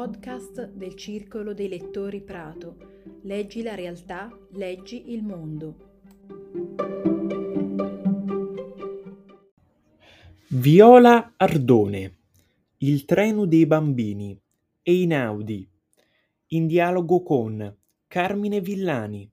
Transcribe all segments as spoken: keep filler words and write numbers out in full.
podcast del Circolo dei Lettori Prato. Leggi la realtà, leggi il mondo. Viola Ardone, Il treno dei bambini, Einaudi, in dialogo con Carmine Villani.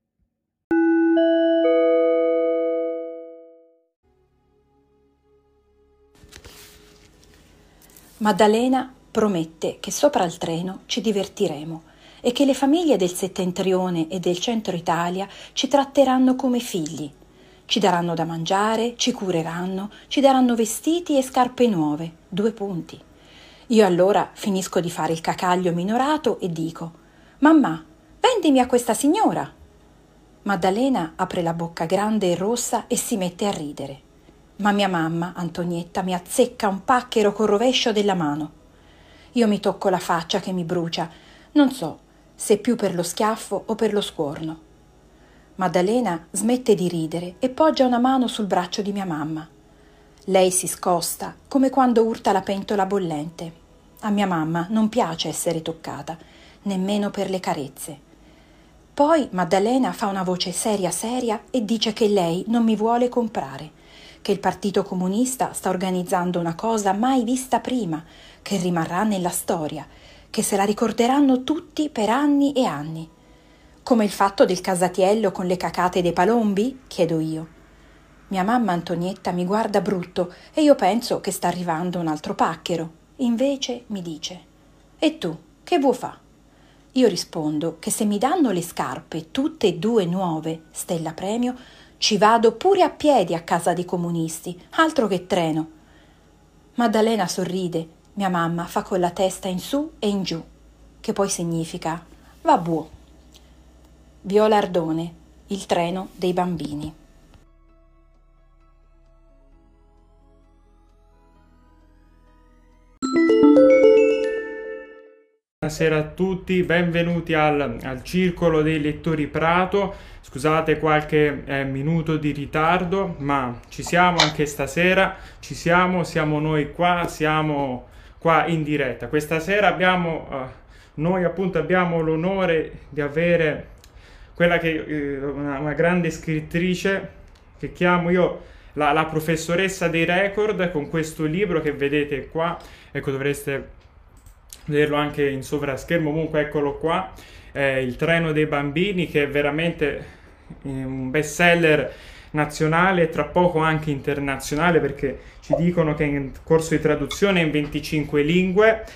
Maddalena promette che sopra il treno ci divertiremo e che le famiglie del settentrione e del centro Italia ci tratteranno come figli. Ci daranno da mangiare, ci cureranno, ci daranno vestiti e scarpe nuove, due punti. Io allora finisco di fare il cacaglio minorato e dico: «Mamma, vendimi a questa signora!» Maddalena apre la bocca grande e rossa e si mette a ridere. Ma mia mamma, Antonietta, mi azzecca un pacchero col rovescio della mano. Io mi tocco la faccia che mi brucia, non so se più per lo schiaffo o per lo scuorno. Maddalena smette di ridere e poggia una mano sul braccio di mia mamma. Lei si scosta come quando urta la pentola bollente. A mia mamma non piace essere toccata, nemmeno per le carezze. Poi Maddalena fa una voce seria seria e dice che lei non mi vuole comprare, che il Partito Comunista sta organizzando una cosa mai vista prima, che rimarrà nella storia, che se la ricorderanno tutti per anni e anni. Come il fatto del casatiello con le cacate dei palombi? Chiedo io. Mia mamma Antonietta mi guarda brutto e io penso che sta arrivando un altro pacchero. Invece mi dice: «E tu, che vuoi fa?» Io rispondo che se mi danno le scarpe tutte e due nuove, stella premio, ci vado pure a piedi a casa dei comunisti, altro che treno. Maddalena sorride, mia mamma fa con la testa in su e in giù, che poi significa «va buo». Viola Ardone, Il treno dei bambini. Buonasera a tutti, benvenuti al, al Circolo dei Lettori Prato. Scusate qualche eh, minuto di ritardo, ma ci siamo anche stasera, ci siamo, siamo noi qua, siamo qua in diretta. Questa sera abbiamo, eh, noi appunto abbiamo l'onore di avere quella che eh, una, una grande scrittrice che chiamo io la, la professoressa dei record, con questo libro che vedete qua. Ecco, dovreste vederlo anche in sovraschermo, comunque eccolo qua, eh, Il treno dei bambini, che è veramente un best seller nazionale e tra poco anche internazionale, perché ci dicono che è in corso di traduzione in venticinque lingue.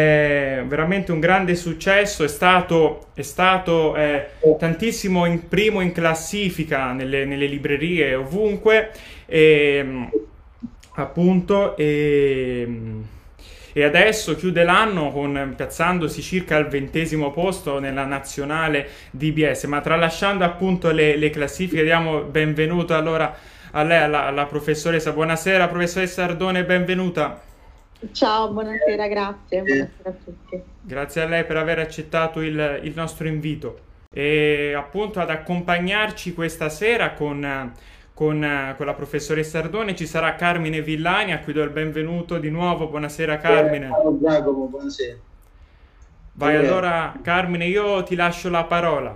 È veramente un grande successo, è stato, è stato eh, tantissimo in primo in classifica nelle, nelle librerie ovunque, e, appunto e, e adesso chiude l'anno con, piazzandosi circa al ventesimo posto nella nazionale D B S. Ma tralasciando appunto le, le classifiche, diamo benvenuto allora a lei, alla, alla professoressa. Buonasera professoressa Ardone, benvenuta. Ciao, buonasera, grazie, buonasera a tutti. Grazie a lei per aver accettato il, il nostro invito e appunto ad accompagnarci questa sera con... Con, con la professoressa Ardone ci sarà Carmine Villani, a cui do il benvenuto di nuovo. Buonasera Carmine. Ciao Giacomo, buonasera. Vai allora Carmine, io ti lascio la parola.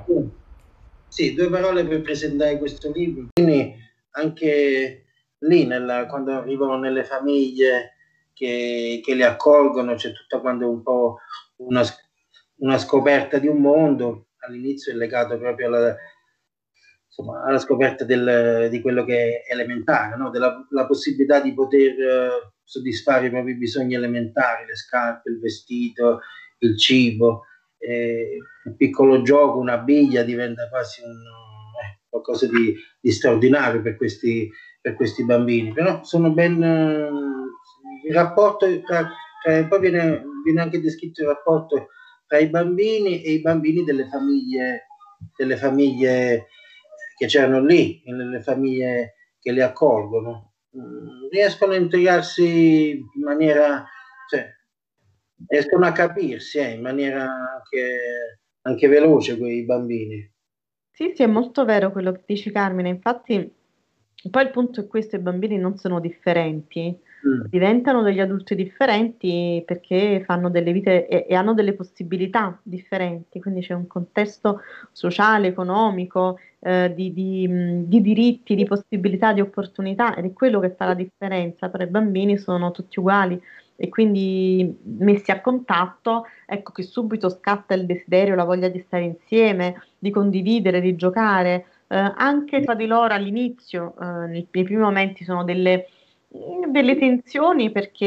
Sì, due parole per presentare questo libro. Quindi anche lì, nella, quando arrivano nelle famiglie che, che li accolgono, c'è tutta quando un po' una, una scoperta di un mondo. All'inizio è legato proprio alla... Insomma, alla scoperta del, di quello che è elementare, no? Della la possibilità di poter uh, soddisfare i propri bisogni elementari, le scarpe, il vestito, il cibo, eh, un piccolo gioco, una biglia diventa quasi un, eh, qualcosa di, di straordinario per questi, per questi bambini. Però sono ben uh, il rapporto tra, tra, poi viene, viene anche descritto il rapporto tra i bambini e i bambini delle famiglie, delle famiglie che c'erano lì, nelle famiglie che li accolgono, mm, riescono a integrarsi in maniera, cioè, riescono a capirsi eh, in maniera anche, anche veloce quei bambini. Sì, sì, è molto vero quello che dici Carmine, infatti poi il punto è questo: i bambini non sono differenti, Mm. diventano degli adulti differenti perché fanno delle vite e, e hanno delle possibilità differenti, quindi c'è un contesto sociale, economico, eh, di, di, mh, di diritti, di possibilità, di opportunità, ed è quello che fa la differenza. Però i bambini sono tutti uguali e quindi messi a contatto, ecco che subito scatta il desiderio, la voglia di stare insieme, di condividere, di giocare, eh, anche tra di loro all'inizio, eh, nei, nei primi momenti sono delle, delle tensioni perché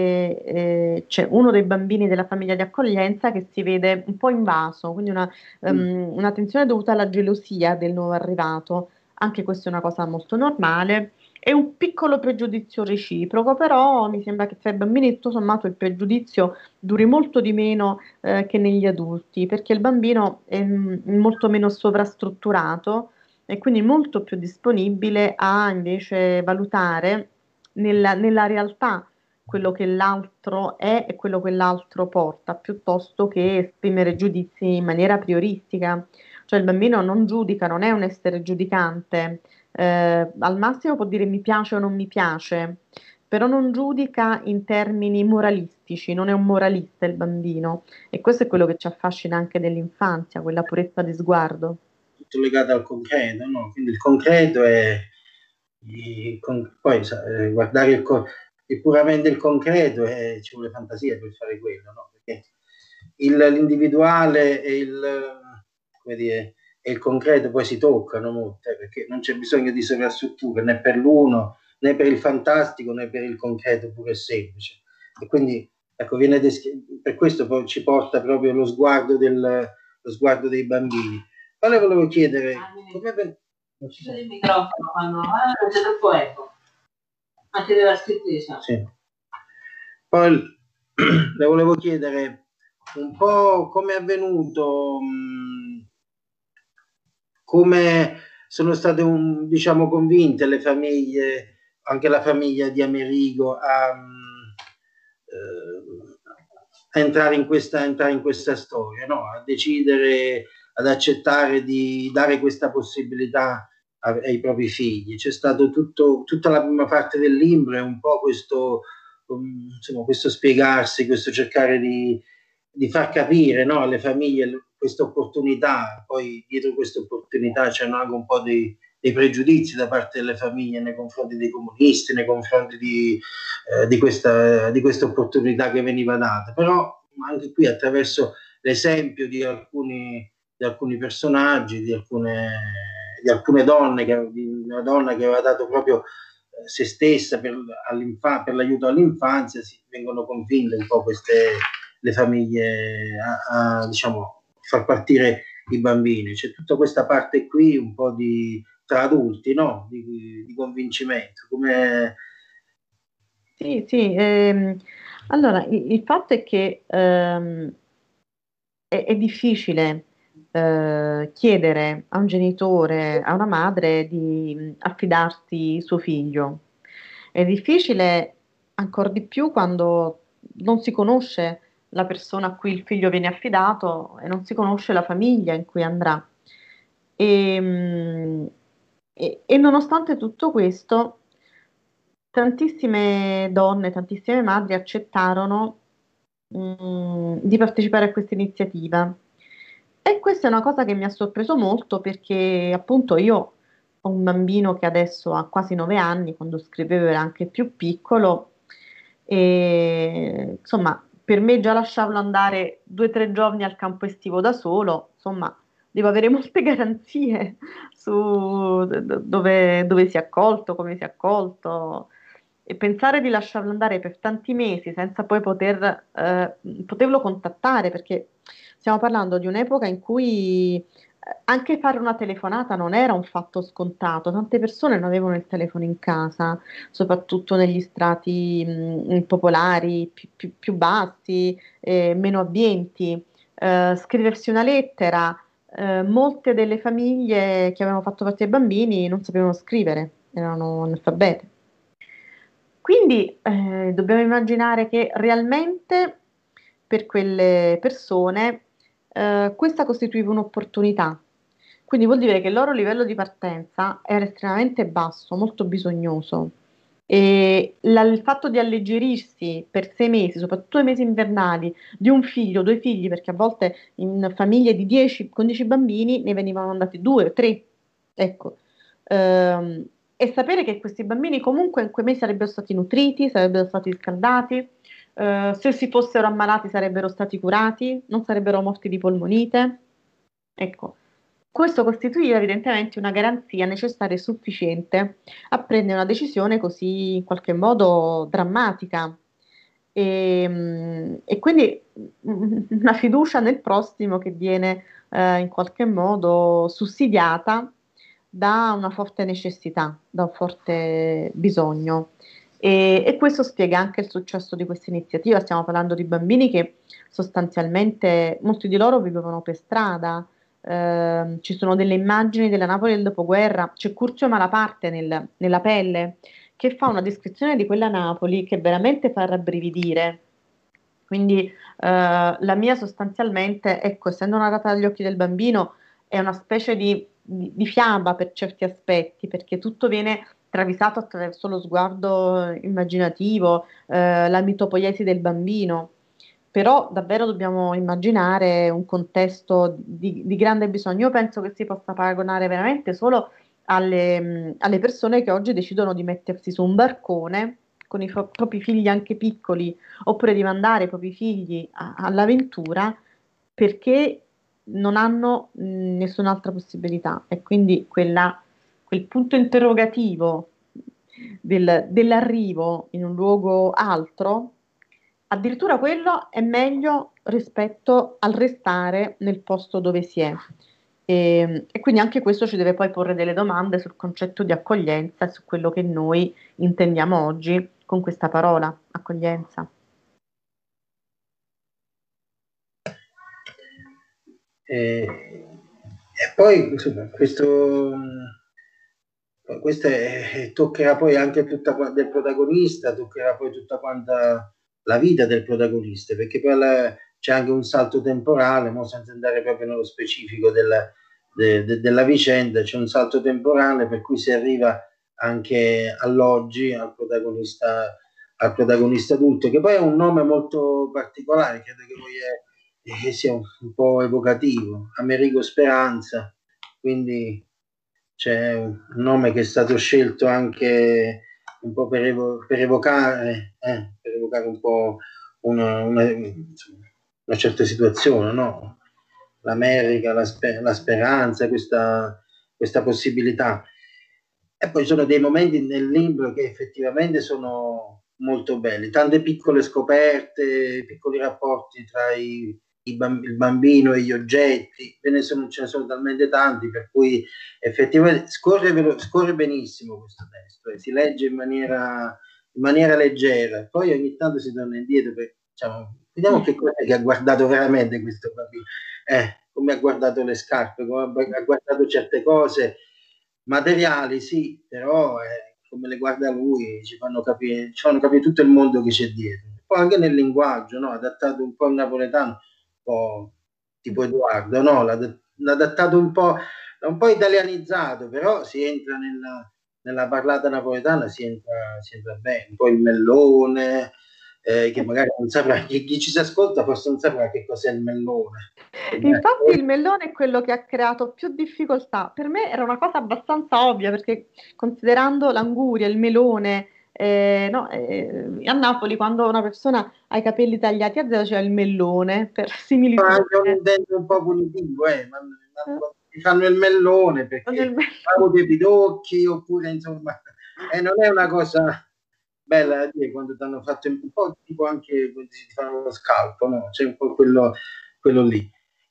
eh, c'è uno dei bambini della famiglia di accoglienza che si vede un po' invaso, quindi una, Mm. um, una tensione dovuta alla gelosia del nuovo arrivato. Anche questa è una cosa molto normale. È un piccolo pregiudizio reciproco, però mi sembra che tra i bambini tutto sommato il pregiudizio duri molto di meno eh, che negli adulti, perché il bambino è mm, molto meno sovrastrutturato e quindi molto più disponibile a invece valutare nella, nella realtà quello che l'altro è e quello che l'altro porta, piuttosto che esprimere giudizi in maniera prioristica. Cioè il bambino non giudica, non è un essere giudicante, eh, al massimo può dire mi piace o non mi piace, però non giudica in termini moralistici, non è un moralista il bambino, e questo è quello che ci affascina anche dell'infanzia, quella purezza di sguardo. Tutto legato al concreto, no? Quindi il concreto è il con- poi sa, eh, guardare il, co- il puramente il concreto e ci vuole fantasia per fare quello, no? Perché il- l'individuale e il, come dire, e il concreto poi si toccano molto, eh, perché non c'è bisogno di sovrastrutture né per l'uno né per il fantastico né per il concreto puro e semplice. E quindi ecco, viene descri- per questo poi ci porta proprio lo sguardo, del, lo sguardo dei bambini. Poi le volevo chiedere come ben... non ci sono. Il microfono quando ah, non c'è troppo eco anche della scrittrice. Sì. Poi le volevo chiedere un po' come è avvenuto, mh, come sono state un, diciamo, convinte le famiglie, anche la famiglia di Amerigo, a, mh, eh, a entrare in questa, entrare in questa storia, no? A decidere, ad accettare di dare questa possibilità ai propri figli. C'è stato tutto, tutta la prima parte del libro, è un po' questo, um, insomma, questo spiegarsi, questo cercare di, di far capire, no, alle famiglie questa opportunità. Poi dietro questa opportunità c'erano anche un po' dei, dei pregiudizi da parte delle famiglie nei confronti dei comunisti, nei confronti di, eh, di, questa, di questa opportunità che veniva data. Però anche qui attraverso l'esempio di alcuni, di alcuni personaggi, di alcune, di alcune donne, che, di una donna che aveva dato proprio eh, se stessa per, per l'aiuto all'infanzia, si vengono convinte un po' queste le famiglie a, a diciamo far partire i bambini. C'è tutta questa parte qui un po' di tra adulti, no? Di, di convincimento. Come... Sì, sì. Ehm, allora, il, il fatto è che ehm, è, è difficile eh, chiedere a un genitore, a una madre di mh, affidarsi suo figlio. È difficile ancora di più quando non si conosce la persona a cui il figlio viene affidato e non si conosce la famiglia in cui andrà. E, mh, e- e nonostante tutto questo, tantissime donne, tantissime madri accettarono mh, di partecipare a questa iniziativa. E questa è una cosa che mi ha sorpreso molto perché appunto io ho un bambino che adesso ha quasi nove anni, quando scrivevo era anche più piccolo, e insomma per me già lasciarlo andare due o tre giorni al campo estivo da solo, insomma devo avere molte garanzie su d- dove, dove si è accolto, come si è accolto. E pensare di lasciarlo andare per tanti mesi senza poi poter, eh, poterlo contattare, perché stiamo parlando di un'epoca in cui eh, anche fare una telefonata non era un fatto scontato, tante persone non avevano il telefono in casa, soprattutto negli strati mh, popolari più, più- più bassi, eh, meno abbienti. Eh, scriversi una lettera, eh, molte delle famiglie che avevano fatto parte dei bambini non sapevano scrivere, erano analfabete. Quindi eh, dobbiamo immaginare che realmente per quelle persone eh, questa costituiva un'opportunità. Quindi vuol dire che il loro livello di partenza era estremamente basso, molto bisognoso. E la- il fatto di alleggerirsi per sei mesi, soprattutto nei mesi invernali, di un figlio, due figli, perché a volte in famiglie di dieci con dieci bambini ne venivano andati due, tre, ecco. Ehm, e sapere che questi bambini comunque in quei mesi sarebbero stati nutriti, sarebbero stati scaldati, eh, se si fossero ammalati sarebbero stati curati, non sarebbero morti di polmonite. Ecco, questo costituiva evidentemente una garanzia necessaria e sufficiente a prendere una decisione così in qualche modo drammatica. E, mm, e quindi mm, una fiducia nel prossimo che viene eh, in qualche modo sussidiata da una forte necessità, da un forte bisogno. E, e questo spiega anche il successo di questa iniziativa. Stiamo parlando di bambini che sostanzialmente molti di loro vivevano per strada. Ehm, ci sono delle immagini della Napoli del dopoguerra, c'è Curzio Malaparte nel- nella pelle che fa una descrizione di quella Napoli che veramente fa rabbrividire. Quindi eh, la mia sostanzialmente, ecco, essendo narrata dagli occhi del bambino, è una specie di, di- di fiaba per certi aspetti, perché tutto viene travisato attraverso lo sguardo immaginativo, eh, la mitopoiesi del bambino. Però davvero dobbiamo immaginare un contesto di, di grande bisogno. Io penso che si possa paragonare veramente solo alle, mh, alle persone che oggi decidono di mettersi su un barcone con i pro- propri figli anche piccoli, oppure di mandare i propri figli a- all'avventura perché non hanno mh, nessun'altra possibilità. E quindi quella- quel punto interrogativo del- dell'arrivo in un luogo altro, addirittura quello è meglio rispetto al restare nel posto dove si è. E, e quindi anche questo ci deve poi porre delle domande sul concetto di accoglienza e su quello che noi intendiamo oggi con questa parola, accoglienza. E, e poi insomma, questo, questo è- toccherà poi anche tutta qua- del protagonista, toccherà poi tutta quanta la vita del protagonista, perché poi alla- c'è anche un salto temporale, mo senza andare proprio nello specifico della, de- de- della vicenda, c'è un salto temporale per cui si arriva anche all'oggi, al protagonista, al protagonista adulto, che poi è un nome molto particolare, credo che voi è, che sia un, un po' evocativo, Amerigo Speranza, quindi c'è un nome che è stato scelto anche un po' per, evo- per evocare, eh, per evocare un po' una, una, insomma, una certa situazione, no? L'America, la, sper- la speranza, questa, questa possibilità. E poi ci sono dei momenti nel libro che effettivamente sono molto belli, tante piccole scoperte, piccoli rapporti tra i, i bamb- il bambino e gli oggetti, ce ne sono, ce ne sono talmente tanti per cui effettivamente scorre, velo- scorre benissimo questo testo e si legge in maniera, in maniera leggera, poi ogni tanto si torna indietro per, diciamo, vediamo che cosa che ha guardato veramente questo bambino, eh, come ha guardato le scarpe, come ha ha guardato certe cose materiali, sì, però eh, come le guarda lui ci fanno capire, ci fanno capire tutto il mondo che c'è dietro. Poi anche nel linguaggio, no? Adattato un po' al napoletano, un po' tipo Edoardo, no? L'ha, l'ha adattato un po', un po' italianizzato, però si entra nella, nella parlata napoletana, si entra, si entra bene. Poi il mellone, eh, che magari non saprà, chi, chi ci si ascolta forse non saprà che cos'è il mellone. Infatti il mellone è quello che ha creato più difficoltà. Per me era una cosa abbastanza ovvia perché considerando l'anguria, il melone, eh, no, eh, a Napoli quando una persona ha i capelli tagliati a zero c'è il mellone per similitudine. Anche un intento un po' punitivo, eh, ma, ma ti fanno il mellone Con il perché mellone. fanno dei pidocchi oppure insomma, e non è una cosa bella da dire quando ti hanno fatto un po' tipo anche quando si fanno lo scalpo, no? C'è un po' quello, quello lì.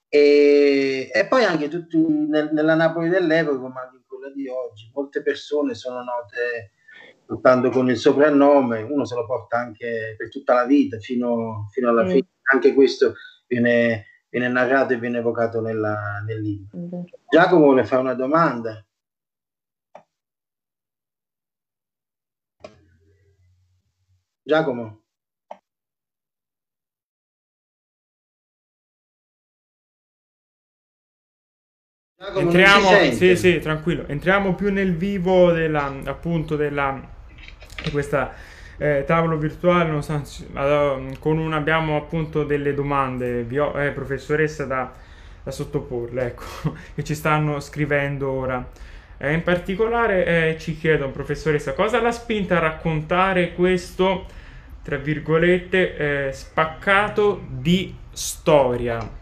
E, e poi anche tutti nel- nella Napoli dell'epoca, ma anche in quella di oggi, molte persone sono note soltanto con il soprannome, uno se lo porta anche per tutta la vita, fino, fino alla Mm. fine. Anche questo viene, viene narrato e viene evocato nella, nel libro. Mm. Giacomo vuole fare una domanda. Giacomo? Giacomo, non ci Entriamo, sì, sente? sì, tranquillo, entriamo più nel vivo della, appunto, della, di questa eh, tavolo virtuale non so, con una abbiamo appunto delle domande, vio- eh, professoressa, da, da sottoporle, ecco, che ci stanno scrivendo ora. Eh, in particolare eh, ci chiedono, professoressa, cosa l'ha spinta a raccontare questo, tra virgolette, eh, spaccato di storia?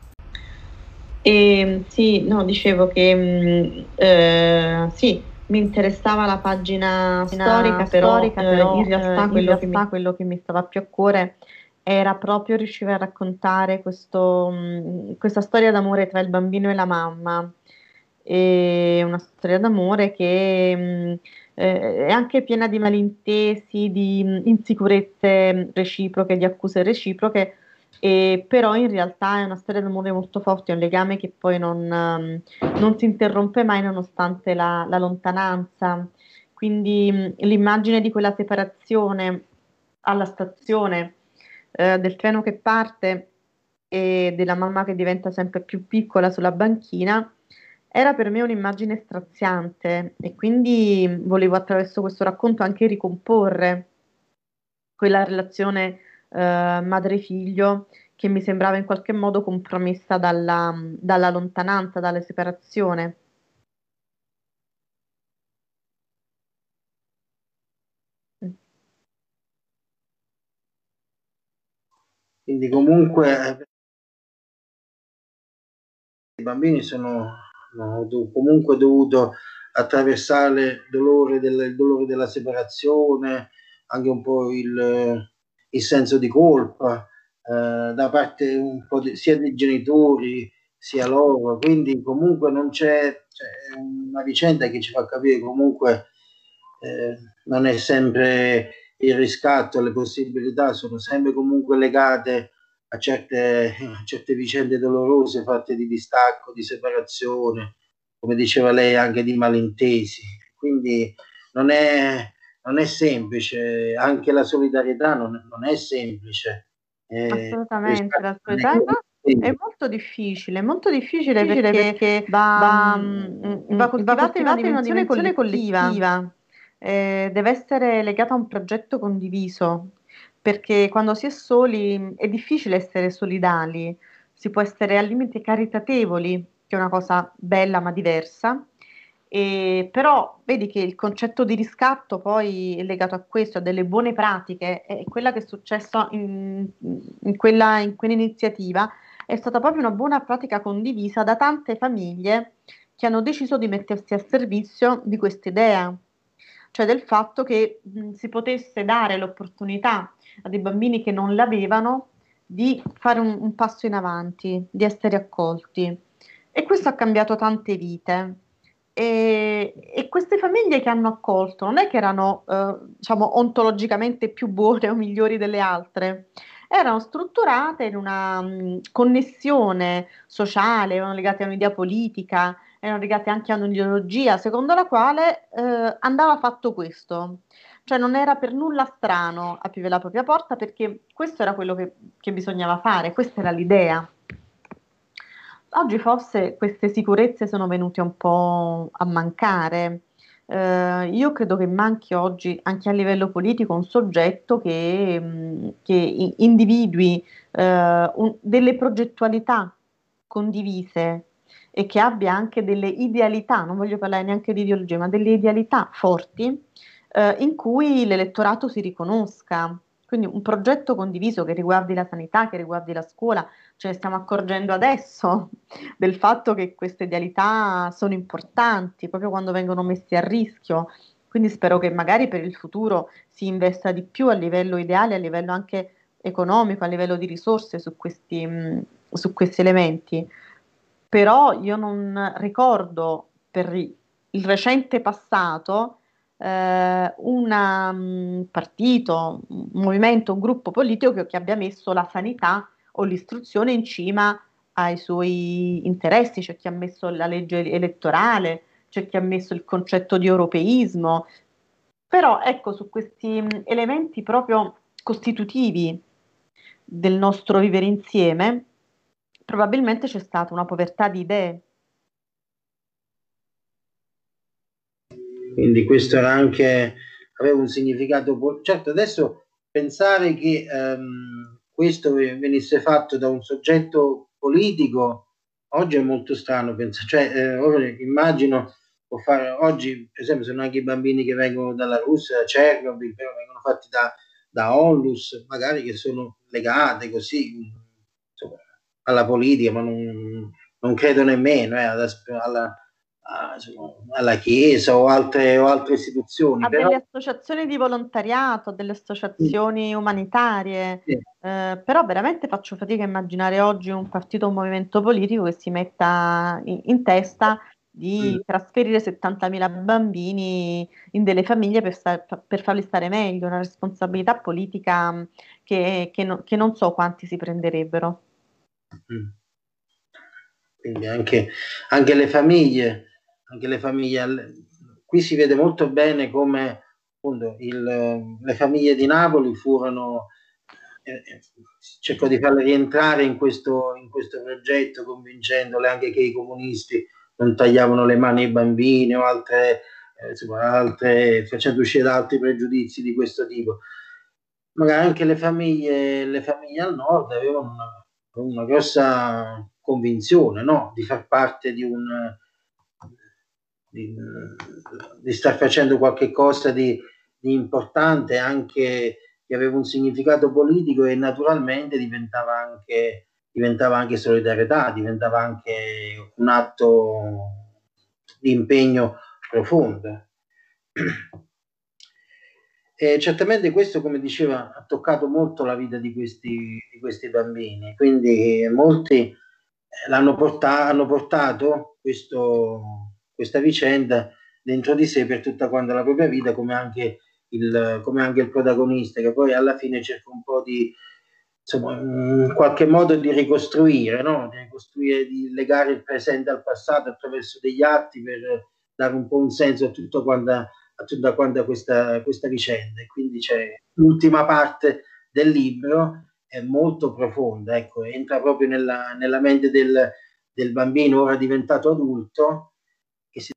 E, sì, no, dicevo che mh, eh, sì, mi interessava la pagina storica, però, storica, eh, però, in realtà, eh, in quello, che realtà mi, quello che mi stava più a cuore era proprio riuscire a raccontare questo, mh, questa storia d'amore tra il bambino e la mamma. E una storia d'amore che mh, eh, è anche piena di malintesi, di mh, insicurezze reciproche, di accuse reciproche, e però in realtà è una storia d'amore molto forte, è un legame che poi non, ehm, non si interrompe mai nonostante la, la lontananza. Quindi mh, l'immagine di quella separazione alla stazione, eh, del treno che parte e della mamma che diventa sempre più piccola sulla banchina, era per me un'immagine straziante e quindi volevo attraverso questo racconto anche ricomporre quella relazione eh, madre-figlio che mi sembrava in qualche modo compromessa dalla, dalla lontananza, dalla separazione. Quindi comunque i bambini sono, hanno do- comunque dovuto attraversare il dolore, del, il dolore della separazione, anche un po' il, il senso di colpa eh, da parte un po' di- sia dei genitori sia loro, quindi comunque non c'è, c'è una vicenda che ci fa capire comunque eh, non è sempre il riscatto, le possibilità sono sempre comunque legate a certe, a certe vicende dolorose fatte di distacco, di separazione, come diceva lei, anche di malintesi. Quindi non è, non è semplice, anche la solidarietà non, non è semplice. Eh, Assolutamente, riscatto la non è solidarietà è semplice. molto difficile, molto difficile difficile perché perché va, va, mm, mm, va va coltivata in una coltivata in una dimensione dimensione collettiva, collettiva. eh, deve essere legata a un progetto condiviso, perché quando si è soli mm, è difficile essere solidali, si può essere al limite caritatevoli, che è una cosa bella ma diversa. E però vedi che il concetto di riscatto poi è legato a questo, a delle buone pratiche, e quella che è successo in, in quella, in quell'iniziativa è stata proprio una buona pratica condivisa da tante famiglie che hanno deciso di mettersi a servizio di questa idea, cioè del fatto che mh, si potesse dare l'opportunità a dei bambini che non l'avevano di fare un, un passo in avanti, di essere accolti. E questo ha cambiato tante vite. E, e queste famiglie che hanno accolto non è che erano, eh, diciamo, ontologicamente più buone o migliori delle altre, erano strutturate in una mh, connessione sociale, erano legate a un'idea politica, erano legate anche a un'ideologia secondo la quale eh, andava fatto questo. Cioè non era per nulla strano aprire la propria porta perché questo era quello che, che bisognava fare, questa era l'idea. Oggi forse queste sicurezze sono venute un po' a mancare. Eh, io credo che manchi oggi anche a livello politico un soggetto che, mh, che i- individui eh, un- delle progettualità condivise e che abbia anche delle idealità, non voglio parlare neanche di ideologia, ma delle idealità forti eh, in cui l'elettorato si riconosca. Quindi un progetto condiviso che riguardi la sanità, che riguardi la scuola, ce ne stiamo accorgendo adesso del fatto che queste idealità sono importanti proprio quando vengono messe a rischio. Quindi spero che magari per il futuro si investa di più a livello ideale, a livello anche economico, a livello di risorse su questi, mh, su questi elementi. Però io non ricordo per il recente passato eh, una, un partito, un movimento, un gruppo politico che, che abbia messo la sanità o l'istruzione in cima ai suoi interessi, c'è chi ha messo la legge elettorale, c'è chi ha messo il concetto di europeismo, però ecco, su questi mh, elementi proprio costitutivi del nostro vivere insieme, probabilmente c'è stata una povertà di idee. Quindi questo era anche aveva un significato politico. Certo, adesso pensare che ehm, questo venisse fatto da un soggetto politico oggi è molto strano, penso, cioè, eh, ora immagino può fare oggi, per esempio, sono anche i bambini che vengono dalla Russia, da Chernobyl, però vengono fatti da, da Onlus, magari che sono legate così, insomma, alla politica, ma non, non credo nemmeno eh, alla, alla, a, insomma, alla Chiesa o altre, o altre istituzioni. A però... delle associazioni di volontariato, delle associazioni sì. umanitarie, sì. eh, però veramente faccio fatica a immaginare oggi un partito o un movimento politico che si metta in, in testa di mm. trasferire settantamila bambini in delle famiglie per, star, per farli stare meglio, una responsabilità politica che, che, no, che non so quanti si prenderebbero. Mm. Quindi anche, anche le famiglie, anche le famiglie, qui si vede molto bene come appunto il, le famiglie di Napoli furono, eh, cercò di farle rientrare in questo, in questo progetto, convincendole anche che i comunisti non tagliavano le mani ai bambini o altre, eh, insomma, altre, facendo uscire da altri pregiudizi di questo tipo. Magari anche le famiglie, le famiglie al nord avevano una, una grossa convinzione, no? Di far parte di un di, di star facendo qualche cosa di, di importante, anche che aveva un significato politico, e naturalmente diventava anche diventava anche solidarietà, diventava anche un atto di impegno profondo. E certamente questo, come diceva, ha toccato molto la vita di questi, di questi bambini, quindi molti l'hanno portato, hanno portato questo, questa vicenda dentro di sé per tutta quanta la propria vita, come anche il, come anche il protagonista, che poi alla fine cerca un po' di, insomma, in qualche modo di ricostruire, no? Di ricostruire, di legare il presente al passato attraverso degli atti per dare un po' un senso a tutto quanta, a tutta quanta questa, questa vicenda. E quindi c'è l'ultima parte del libro, è molto profonda, ecco, entra proprio nella, nella mente del, del bambino ora diventato adulto, che si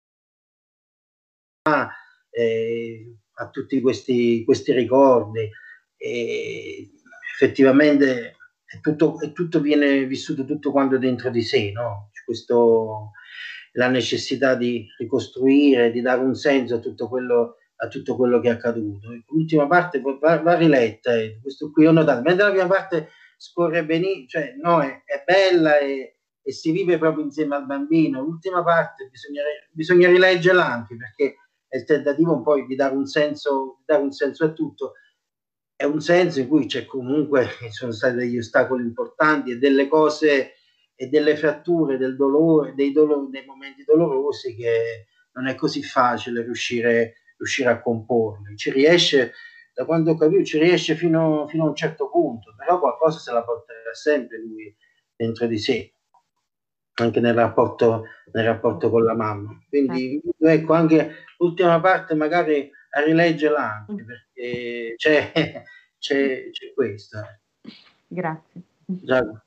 ha eh, a tutti questi, questi ricordi, e effettivamente è tutto, è tutto viene vissuto tutto quanto dentro di sé, no? C'è questo, la necessità di ricostruire, di dare un senso a tutto quello, a tutto quello che è accaduto. L'ultima parte va, va riletta, eh, questo qui ho notato, mentre la prima parte scorre benissimo, cioè no, è, è bella e, e si vive proprio insieme al bambino. L'ultima parte bisogna, bisogna rileggerla anche, perché è il tentativo poi di dare un senso, di dare un senso a tutto. È un senso in cui c'è comunque, ci sono stati degli ostacoli importanti e delle cose e delle fratture, del dolore, dei, dolori, dei momenti dolorosi che non è così facile riuscire, riuscire a comporli. Ci riesce, da quando ho capito, ci riesce fino, fino a un certo punto, però qualcosa se la porterà sempre lui dentro di sé, anche nel rapporto, nel rapporto con la mamma. Quindi ecco, anche l'ultima parte magari a rileggerla anche, perché c'è, c'è, c'è questo. Grazie. Già.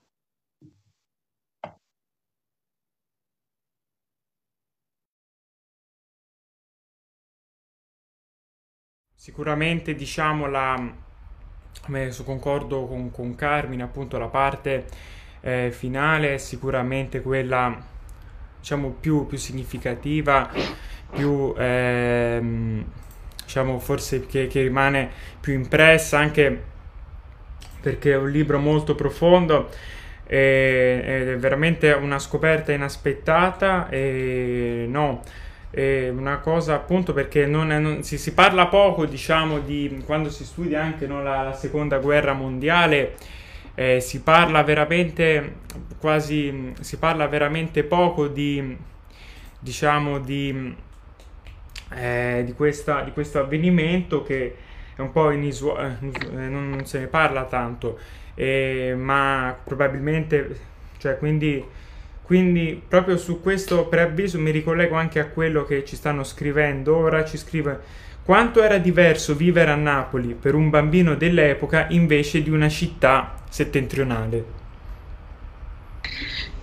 Sicuramente, diciamo, la, come concordo con, con Carmine, appunto la parte eh, finale è sicuramente quella, diciamo, più, più significativa, più, ehm, diciamo, forse che, che rimane più impressa, anche perché è un libro molto profondo e, ed è veramente una scoperta inaspettata e no... È una cosa, appunto, perché non, è, non si, si parla poco, diciamo, di quando si studia anche, no, la, la seconda guerra mondiale, eh, si parla veramente quasi si parla veramente poco di, diciamo, di, eh, di, questa, di questo avvenimento, che è un po' inusuale, eh, non, non se ne parla tanto, eh, ma probabilmente, cioè, quindi Quindi proprio su questo preavviso mi ricollego anche a quello che ci stanno scrivendo. Ora ci scrive: quanto era diverso vivere a Napoli per un bambino dell'epoca invece di una città settentrionale.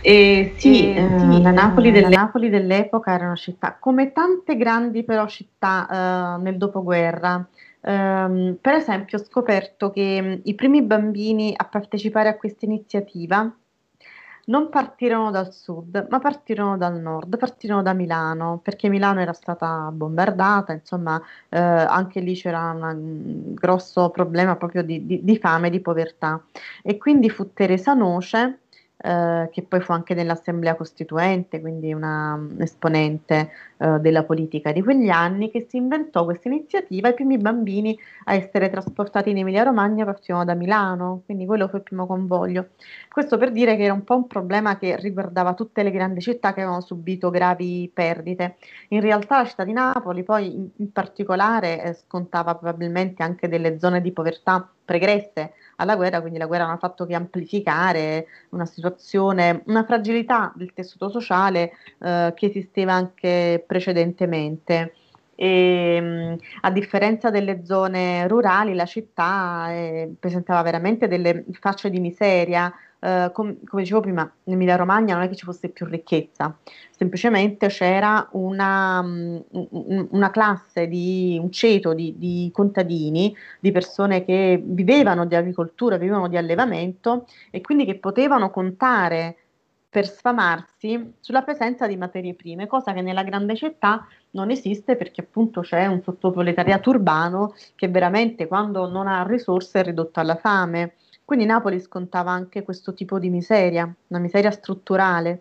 E sì, E eh, sì, la Napoli, eh, delle- la la Napoli dell'epoca era una città, come tante grandi però città eh, nel dopoguerra. Ehm, per esempio, ho scoperto che mh, i primi bambini a partecipare a questa iniziativa non partirono dal sud, ma partirono dal nord, partirono da Milano, perché Milano era stata bombardata, insomma, eh, anche lì c'era un grosso problema proprio di, di- di fame, di povertà. E quindi fu Teresa Noce, eh, che poi fu anche nell'Assemblea Costituente, quindi una um, esponente eh, della politica di quegli anni, che si inventò questa iniziativa. I primi bambini a essere trasportati in Emilia-Romagna partivano da Milano, quindi quello fu il primo convoglio. Questo per dire che era un po' un problema che riguardava tutte le grandi città che avevano subito gravi perdite. In realtà la città di Napoli poi in, in particolare eh, scontava probabilmente anche delle zone di povertà pregresse alla guerra, quindi la guerra non ha fatto che amplificare una situazione, una fragilità del tessuto sociale eh, che esisteva anche precedentemente. E, mh, a differenza delle zone rurali, la città eh, presentava veramente delle facce di miseria. Eh, com- come dicevo prima, in Emilia-Romagna non è che ci fosse più ricchezza, semplicemente c'era una, mh, un- una classe di un ceto di, di contadini, di persone che vivevano di agricoltura, vivevano di allevamento e quindi che potevano contare per sfamarsi sulla presenza di materie prime, cosa che nella grande città non esiste perché appunto c'è un sottoproletariato urbano che veramente quando non ha risorse è ridotto alla fame. Quindi Napoli scontava anche questo tipo di miseria, una miseria strutturale.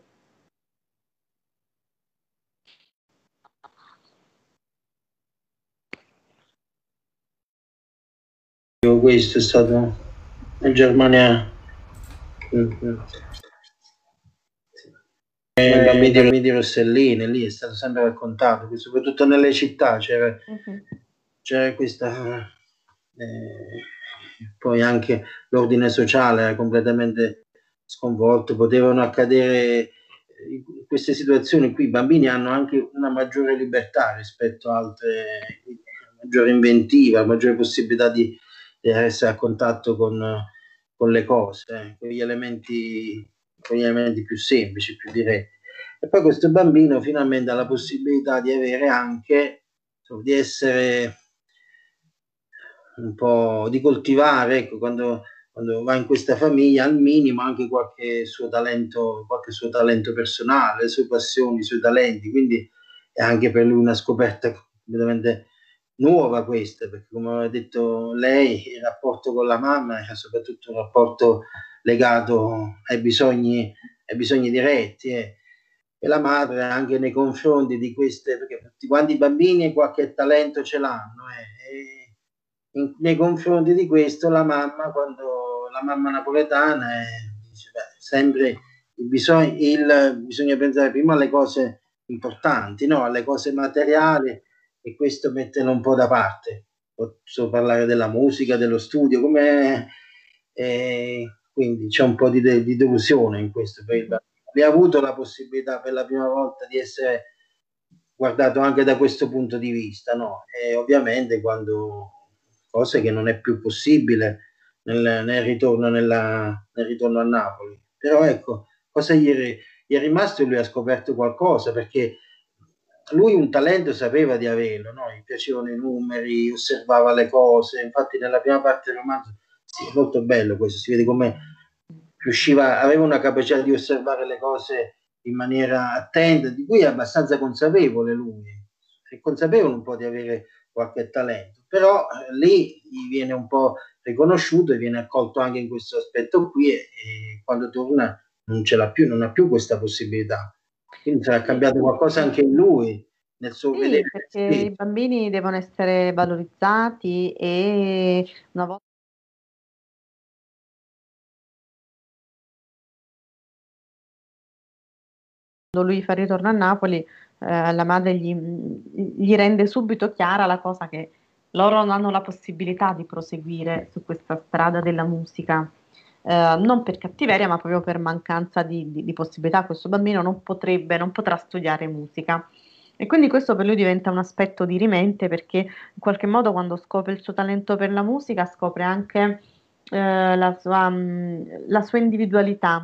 Questo è stato in Germania. Mm-hmm. I bambini, bambini di Rossellini, lì è stato sempre raccontato, che soprattutto nelle città c'era, Mhm. c'era questa, eh, poi anche l'ordine sociale era completamente sconvolto, potevano accadere in queste situazioni qui, i bambini hanno anche una maggiore libertà rispetto a altre, maggiore inventiva, maggiore possibilità di, di essere a contatto con, con le cose, eh, con gli elementi con gli elementi più semplici, più diretti. E poi questo bambino finalmente ha la possibilità di avere anche, insomma, di essere un po', di coltivare, ecco, quando, quando va in questa famiglia, al minimo anche qualche suo talento, qualche suo talento personale, le sue passioni, i suoi talenti, quindi è anche per lui una scoperta completamente nuova questa, perché come aveva detto lei, il rapporto con la mamma era soprattutto un rapporto legato ai bisogni, ai bisogni diretti eh. E la madre anche nei confronti di queste, perché tutti quanti i bambini qualche talento ce l'hanno eh, e in, nei confronti di questo la mamma, quando la mamma napoletana eh, dice beh, sempre il bisogno, il, bisogna pensare prima alle cose importanti, no? Alle cose materiali, e questo metterlo un po' da parte. Posso parlare della musica, dello studio, come eh, quindi c'è un po' di, de- di delusione in questo per il bambino. Lui ha avuto la possibilità per la prima volta di essere guardato anche da questo punto di vista, no? E ovviamente quando cose che non è più possibile nel, nel, ritorno, nella, nel ritorno a Napoli. Però ecco, cosa gli è, gli è rimasto? Lui ha scoperto qualcosa, perché lui un talento sapeva di averlo, no? Gli piacevano i numeri, osservava le cose, infatti nella prima parte del romanzo sì, è molto bello questo, si vede come riusciva, aveva una capacità di osservare le cose in maniera attenta, di cui è abbastanza consapevole lui, è consapevole un po' di avere qualche talento, però eh, lì gli viene un po' riconosciuto e viene accolto anche in questo aspetto qui e, e quando torna non ce l'ha più, non ha più questa possibilità. Quindi sarà Sì, cambiato qualcosa anche in lui, nel suo vedere sì, se perché i stesso. bambini devono essere valorizzati e una volta quando lui fa il ritorno a Napoli, eh, la madre gli, gli rende subito chiara la cosa che loro non hanno la possibilità di proseguire su questa strada della musica. Eh, non per cattiveria, ma proprio per mancanza di, di- di possibilità. Questo bambino non potrebbe, non potrà studiare musica. E quindi questo per lui diventa un aspetto dirimente perché in qualche modo quando scopre il suo talento per la musica scopre anche eh, la sua, mh, la sua individualità,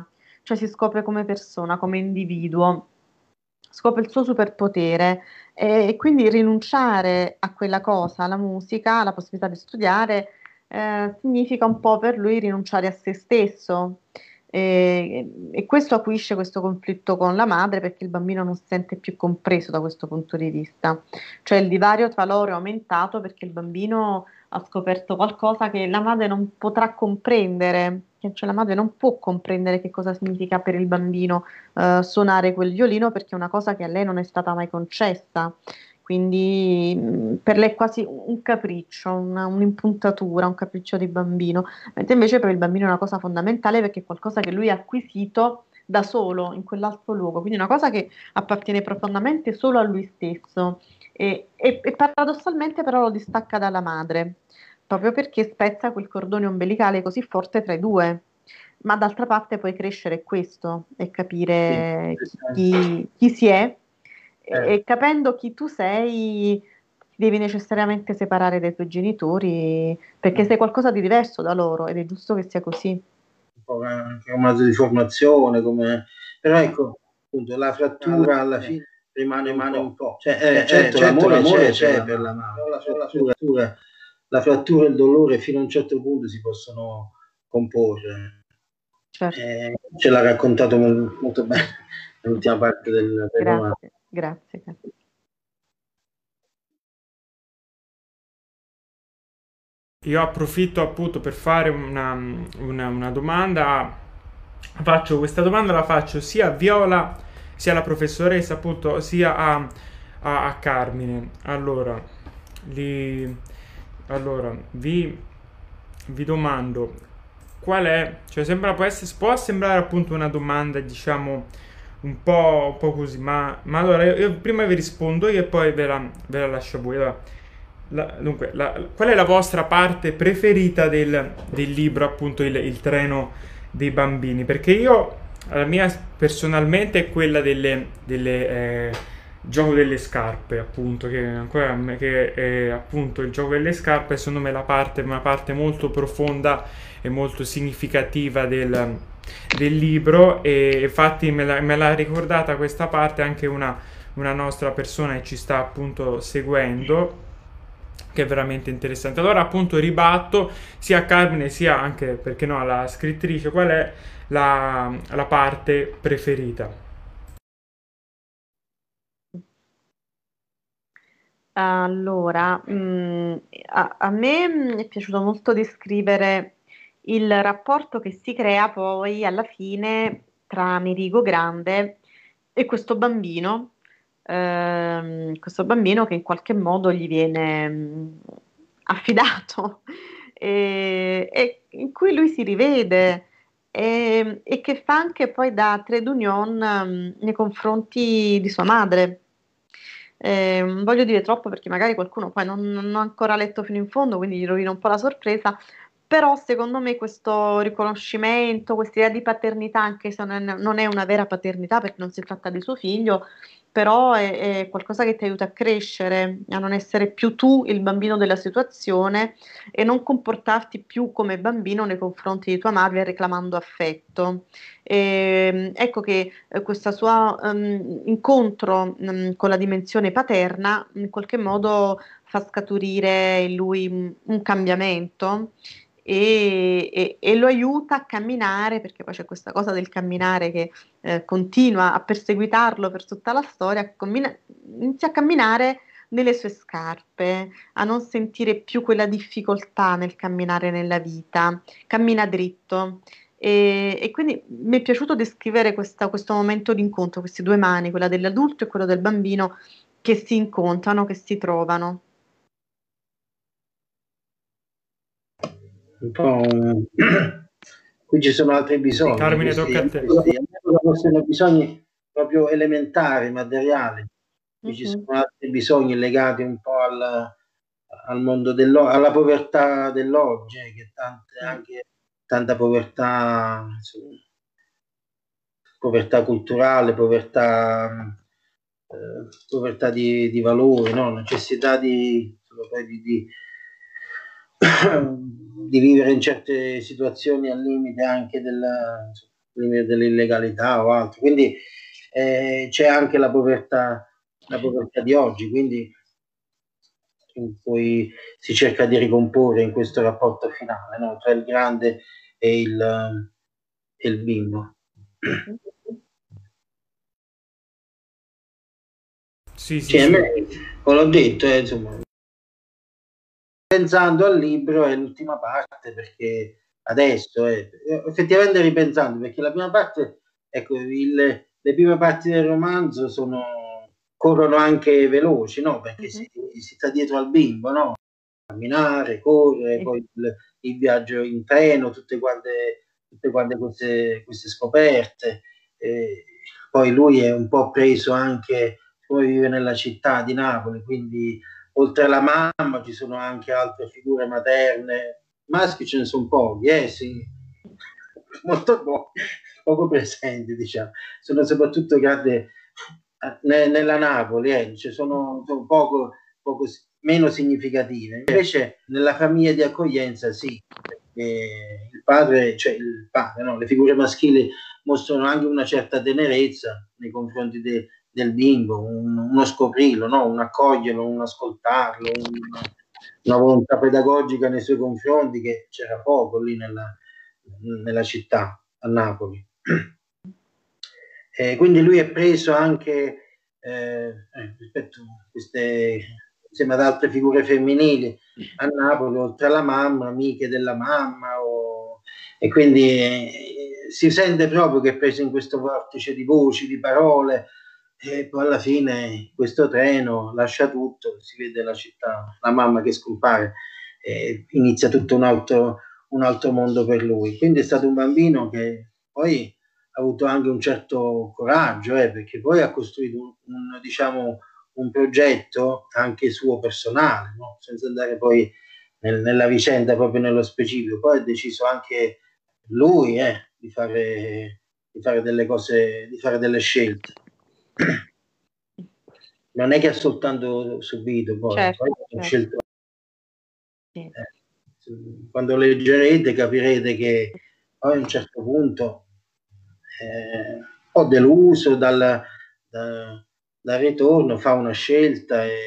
cioè si scopre come persona, come individuo, scopre il suo superpotere e, e quindi rinunciare a quella cosa, alla musica, alla possibilità di studiare, eh, significa un po' per lui rinunciare a se stesso. E, e questo acuisce questo conflitto con la madre perché il bambino non si sente più compreso da questo punto di vista. Cioè il divario tra loro è aumentato perché il bambino ha scoperto qualcosa che la madre non potrà comprendere, cioè la madre non può comprendere che cosa significa per il bambino eh, suonare quel violino perché è una cosa che a lei non è stata mai concessa. Quindi mh, per lei è quasi un capriccio, una- un'impuntatura, un capriccio di bambino, mentre invece per il bambino è una cosa fondamentale perché è qualcosa che lui ha acquisito da solo in quell'altro luogo, quindi una cosa che appartiene profondamente solo a lui stesso e, e- e paradossalmente però lo distacca dalla madre, proprio perché spezza quel cordone ombelicale così forte tra i due. Ma d'altra parte puoi crescere questo e Sì, capire chi, interessante. chi- chi si è e, Eh, e capendo chi tu sei, ti devi necessariamente separare dai tuoi genitori perché sei qualcosa di diverso da loro ed è giusto che sia così. un po' anche un mezzo di formazione, come... però ecco, appunto, la frattura alla fine rimane un rimane un po'. po'. Cioè, eh, Eh, certo, eh, certo, l'amore l'amore c'è, c'è per per la la madre, madre, però la però la frattura, la frattura e il dolore fino a un certo punto si possono comporre. Certo, Eh, ce l'ha raccontato mol- molto bene nell'ultima parte del, del romanzo. grazie, grazie. grazie. Io approfitto appunto per fare una, una- una domanda. Faccio questa domanda, la faccio sia a Viola, sia alla professoressa, appunto, sia a, a- a Carmine. Allora, li- allora vi, vi domando qual è, cioè sembra, può, essere, può sembrare appunto una domanda, diciamo, un po', un po' così, ma, ma allora io, io prima vi rispondo io e poi ve la, ve la lascio a voi. Allora, la- dunque, la- qual è la vostra parte preferita del, del libro, appunto, il, il treno dei bambini? Perché io, la mia personalmente è quella delle, delle eh, gioco delle scarpe, appunto, che ancora a me- che è appunto il gioco delle scarpe, secondo me la parte, una parte molto profonda e molto significativa del, del libro, e infatti me l'ha, me l'ha ricordata questa parte anche una, una nostra persona che ci sta appunto seguendo, che è veramente interessante. Allora appunto ribatto sia a Carmine sia anche, perché no, alla scrittrice, qual è la, la parte preferita. Allora, mh, a, a me mh, è piaciuto molto descrivere il rapporto che si crea poi alla fine tra Amerigo Grande e questo bambino, ehm, questo bambino che in qualche modo gli viene mh, affidato e, e in cui lui si rivede e, e che fa anche poi da trade union mh, nei confronti di sua madre. Eh, non voglio dire troppo perché magari qualcuno poi non, non ha ancora letto fino in fondo, quindi gli rovino un po' la sorpresa, però secondo me questo riconoscimento, questa idea di paternità, anche se non è, non è una vera paternità perché non si tratta di suo figlio, però è, è qualcosa che ti aiuta a crescere, a non essere più tu il bambino della situazione e non comportarti più come bambino nei confronti di tua madre reclamando affetto. E, ecco che eh, questo suo ehm, incontro mm, con la dimensione paterna in qualche modo fa scaturire in lui un, un cambiamento e, e- e lo aiuta a camminare, perché poi c'è questa cosa del camminare che eh, continua a perseguitarlo per tutta la storia, commina- inizia a camminare nelle sue scarpe, a non sentire più quella difficoltà nel camminare nella vita, cammina dritto. E, e quindi mi è piaciuto descrivere questa- questo momento di incontro, queste due mani, quella dell'adulto e quella del bambino, che si incontrano, che si trovano. Un po' un- qui ci sono altri bisogni, Carmine, questi tocca a te. sono bisogni proprio elementari, materiali. Qui ci Mhm. sono altri bisogni legati un po' al, al mondo dell'oggi, alla povertà dell'oggi, eh, che tante, anche tanta povertà, insomma, povertà culturale, povertà, eh, povertà di, di valori, no? Necessità di, di, di, di vivere in certe situazioni al limite anche della, limite dell'illegalità o altro. Quindi eh, c'è anche la povertà, la povertà di oggi, quindi in cui si cerca di ricomporre in questo rapporto finale, no? Tra il grande e il, e il bimbo. Sì, sì, Cioè, a sì. me, come l'ho detto, eh, insomma, pensando al libro è l'ultima parte, perché adesso, eh, effettivamente ripensando, perché la prima parte, ecco, il, le prime parti del romanzo sono, corrono anche veloci, no? Perché si, si sta dietro al bimbo, no? Camminare, correre, poi il, il viaggio in treno, tutte quante, tutte quante queste, queste scoperte. Eh, poi lui è un po' preso anche, come vive nella città di Napoli, quindi oltre alla mamma ci sono anche altre figure materne. Maschi ce ne sono pochi, eh sì, molto po- poco presenti, diciamo. Sono soprattutto grandi ne, nella Napoli, eh, ci sono, sono poco, poco meno significative. Invece nella famiglia di accoglienza sì, perché il padre, cioè il padre, no, le figure maschili mostrano anche una certa tenerezza nei confronti de, del bimbo, un, uno scoprirlo, no? Un accoglierlo, un ascoltarlo, una, una volontà pedagogica nei suoi confronti, che c'era poco lì nella, nella città, a Napoli. Eh, quindi lui è preso anche eh, rispetto a queste, insieme ad altre figure femminili a Napoli, oltre alla mamma, amiche della mamma, o, e quindi eh, si sente proprio che è preso in questo vortice di voci, di parole, e poi alla fine questo treno lascia tutto, si vede la città, la mamma che scompare, e inizia tutto un altro, un altro mondo per lui. Quindi è stato un bambino che poi ha avuto anche un certo coraggio, eh, perché poi ha costruito un, un, diciamo, un progetto anche suo personale, no? Senza andare poi nel, nella vicenda proprio nello specifico. Poi ha deciso anche lui eh, di, fare, di fare delle cose, di fare delle scelte. Non è che ha soltanto subito, poi, certo, poi ha certo. scelto. Sì. Eh, quando leggerete capirete che poi a un certo punto eh, un po' deluso dal, da, dal ritorno, fa una scelta e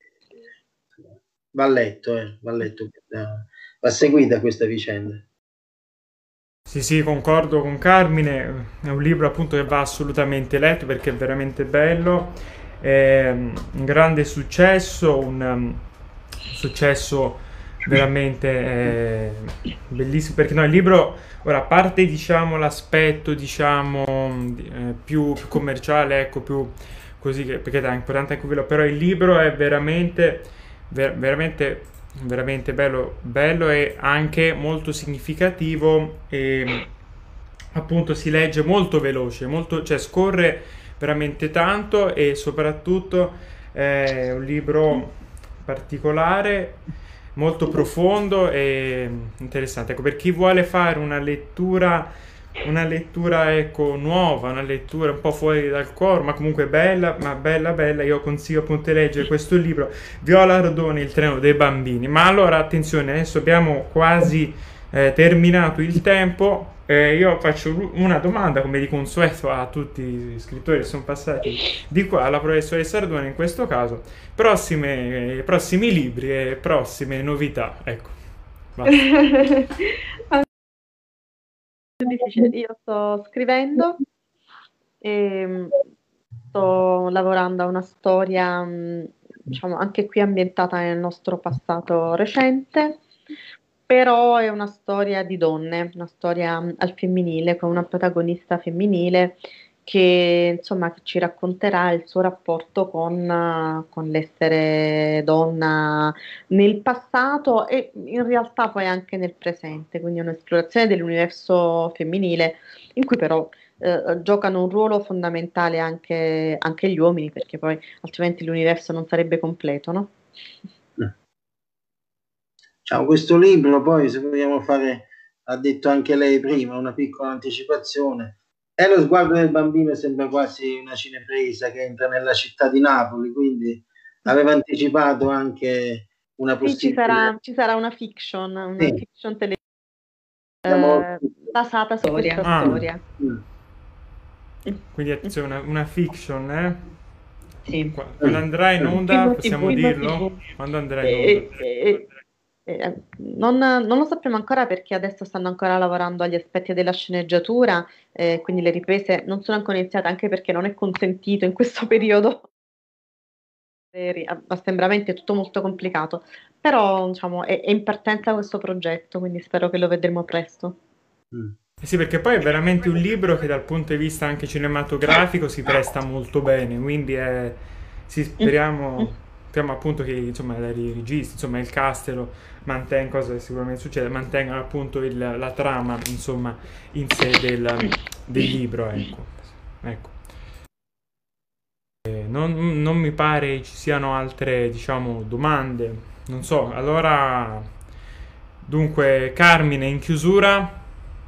va a letto, eh, va a letto, va seguita questa vicenda. Sì, sì, concordo con Carmine, è un libro appunto che va assolutamente letto perché è veramente bello, è un grande successo, un um, successo veramente eh, bellissimo, perché no, il libro, ora, a parte diciamo l'aspetto diciamo eh, più, più commerciale, ecco, più così, che, perché è importante anche quello, però il libro è veramente, ver- veramente veramente bello, bello e anche molto significativo e appunto si legge molto veloce, molto, cioè scorre veramente tanto e soprattutto è un libro particolare, molto profondo e interessante. Ecco, per chi vuole fare una lettura una lettura ecco nuova, una lettura un po' fuori dal coro, ma comunque bella, ma bella bella, io consiglio appunto di leggere questo libro, Viola Ardoni, Il treno dei bambini. Ma allora attenzione, adesso abbiamo quasi eh, terminato il tempo. Eh, io faccio una domanda come di consueto a tutti gli scrittori che sono passati di qua, alla professoressa Ardoni in questo caso, prossime, eh, prossimi libri e prossime novità, ecco. Difficile. Io sto scrivendo e sto lavorando a una storia, diciamo, anche qui ambientata nel nostro passato recente, però è una storia di donne, una storia al femminile, con una protagonista femminile che, insomma, ci racconterà il suo rapporto con, con l'essere donna nel passato e in realtà poi anche nel presente, quindi un'esplorazione dell'universo femminile in cui però eh, giocano un ruolo fondamentale anche, anche gli uomini, perché poi altrimenti l'universo non sarebbe completo, no? Ciao, questo libro poi, se vogliamo fare, ha detto anche lei prima, una piccola anticipazione. È Lo sguardo del bambino, sembra quasi una cinepresa che entra nella città di Napoli, quindi aveva anticipato anche una Sì, ci possibile. sarà, ci sarà una fiction, una Sì. fiction televisiva eh, basata su Storia. questa Ah. storia. Mm. Quindi è c'è una, una fiction, eh? Sì. Qua- Quando andrà in onda, Film possiamo T V, dirlo? Quando andrà in E- onda? e- e- non, non lo sappiamo ancora perché adesso stanno ancora lavorando agli aspetti della sceneggiatura, eh, quindi le riprese non sono ancora iniziate, anche perché non è consentito in questo periodo. A assembramenti è tutto molto complicato, però diciamo, è, è in partenza questo progetto, quindi spero che lo vedremo presto. Mm. Eh sì, perché poi è veramente un libro che dal punto di vista anche cinematografico si presta molto bene, quindi è, sì, speriamo, speriamo appunto che insomma i registi, insomma il cast lo mantenga, cosa sicuramente succede, mantengano appunto il- la trama insomma in sé del, del libro, ecco. Ecco. Eh, non, non mi pare ci siano altre, diciamo, domande, non so, allora dunque Carmine in chiusura.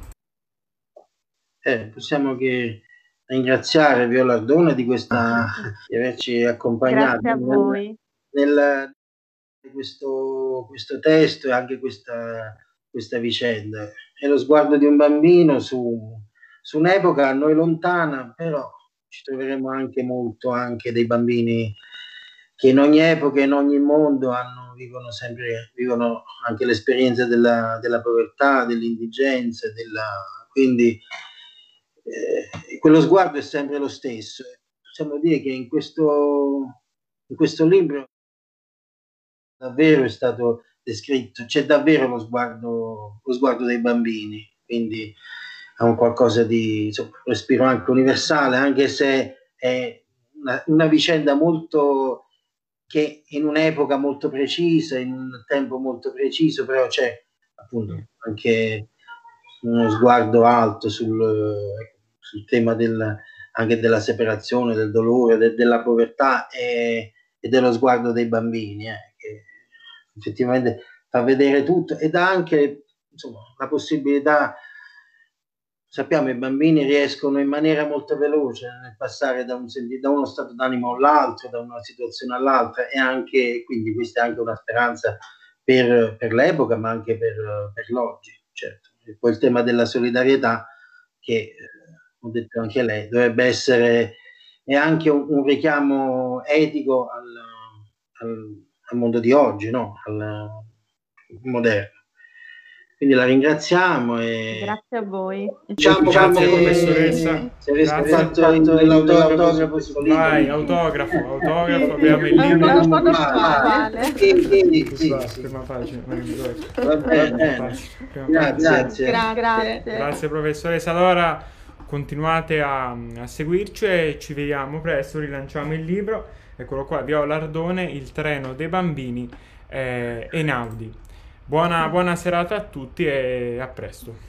Eh, possiamo che ringraziare Viola Ardone di questa di averci accompagnato Grazie a nel, voi. nel- questo, questo testo e anche questa, questa vicenda. È lo sguardo di un bambino su, su un'epoca a noi lontana, però ci troveremo anche molto anche dei bambini che in ogni epoca, in ogni mondo hanno, vivono sempre, vivono anche l'esperienza della, della povertà, dell'indigenza, della, quindi eh, quello sguardo è sempre lo stesso. Possiamo dire che in questo, in questo libro davvero è stato descritto, c'è davvero lo sguardo, lo sguardo dei bambini, quindi è un qualcosa di insomma, respiro anche universale, anche se è una, una vicenda molto che in un'epoca molto precisa, in un tempo molto preciso, però c'è appunto anche uno sguardo alto sul, sul tema del, anche della separazione, del dolore, de, della povertà e, e dello sguardo dei bambini, eh, che effettivamente fa vedere tutto ed ha anche insomma, la possibilità. Sappiamo i bambini riescono in maniera molto veloce nel passare da, un, da uno stato d'animo all'altro, da una situazione all'altra e anche, quindi questa è anche una speranza per, per l'epoca ma anche per, per l'oggi, certo. E poi il tema della solidarietà che, eh, ho detto anche lei, dovrebbe essere è anche un, un richiamo etico al, al, al mondo di oggi, no? Al moderno. Quindi la ringraziamo e Grazie a voi. diciamo, Grazie che professoressa. se avessi Grazie. fatto il- l'autografo sul libro. Vai, autografo, autografo, abbiamo il È un libro. po' casuale. Sì, sì, sì, Prima- sì. prima pagina, Va prima bene. pagina, prima Grazie. pagina. Grazie. Grazie professoressa. Allora continuate a, a seguirci e ci vediamo presto, rilanciamo il libro. Eccolo qua, Viola Ardone, Il treno dei bambini, eh, Einaudi. Buona, buona serata a tutti e a presto.